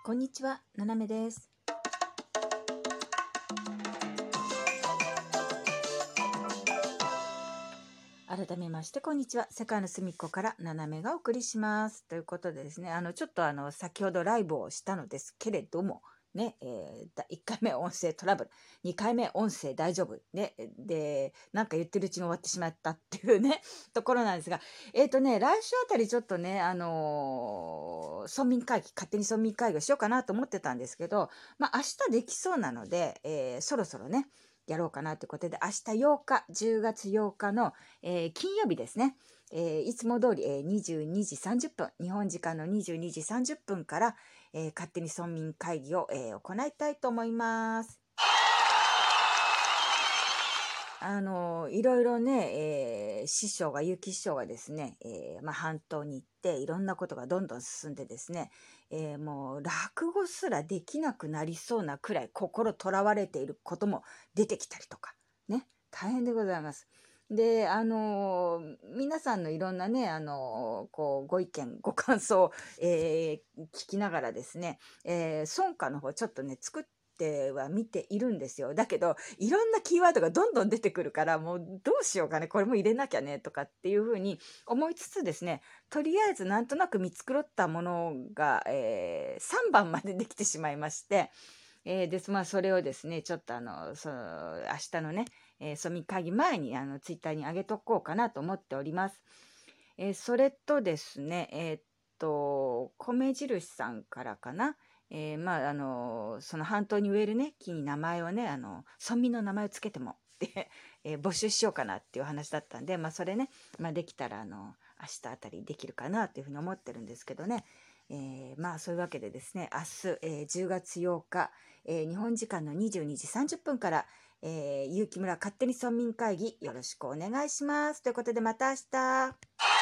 こんにちは、ななめです。改めましてこんにちは。世界の隅っこからななめがお送りします。ということでですね、ちょっと先ほどライブをしたのですけれどもね、1回目音声トラブル、2回目音声大丈夫ね、でなんか言ってるうちに終わってしまったっていうねところなんですが、来週あたりちょっとね、村民会議、勝手に村民会議をしようかなと思ってたんですけど、明日できそうなので、そろそろねやろうかなということで、明日8日、10月8日の、金曜日ですね。いつも通り、22時30分、日本時間の22時30分から、勝手に村民会議を、行いたいと思います。いろいろね、師匠が、結城師匠がですね、半島に行っていろんなことがどんどん進んでですね、もう落語すらできなくなりそうなくらい心とらわれていることも出てきたりとかね、大変でございます。で、皆さんのいろんなね、こうご意見ご感想を、聞きながらですね、村歌の方ちょっとね作っては見ているんですよ。だけどいろんなキーワードがどんどん出てくるから、もうどうしようかね、これも入れなきゃねとかっていうふうに思いつつですね、とりあえずなんとなく見繕ったものが、3番までできてしまいまして、それをですね、ちょっと明日のね、村民会議前にツイッターに上げとこうかなと思っております。それとですね、米印さんからかな。その半島に植えるね、木に名前をね、村民の名前をつけてもで、募集しようかなっていう話だったんで、それね、できたら明日あたりできるかなっていうふうに思ってるんですけどね。そういうわけでですね、明日、10月8日、日本時間の22時30分から、結城村勝手に村民会議よろしくお願いします。ということでまた明日。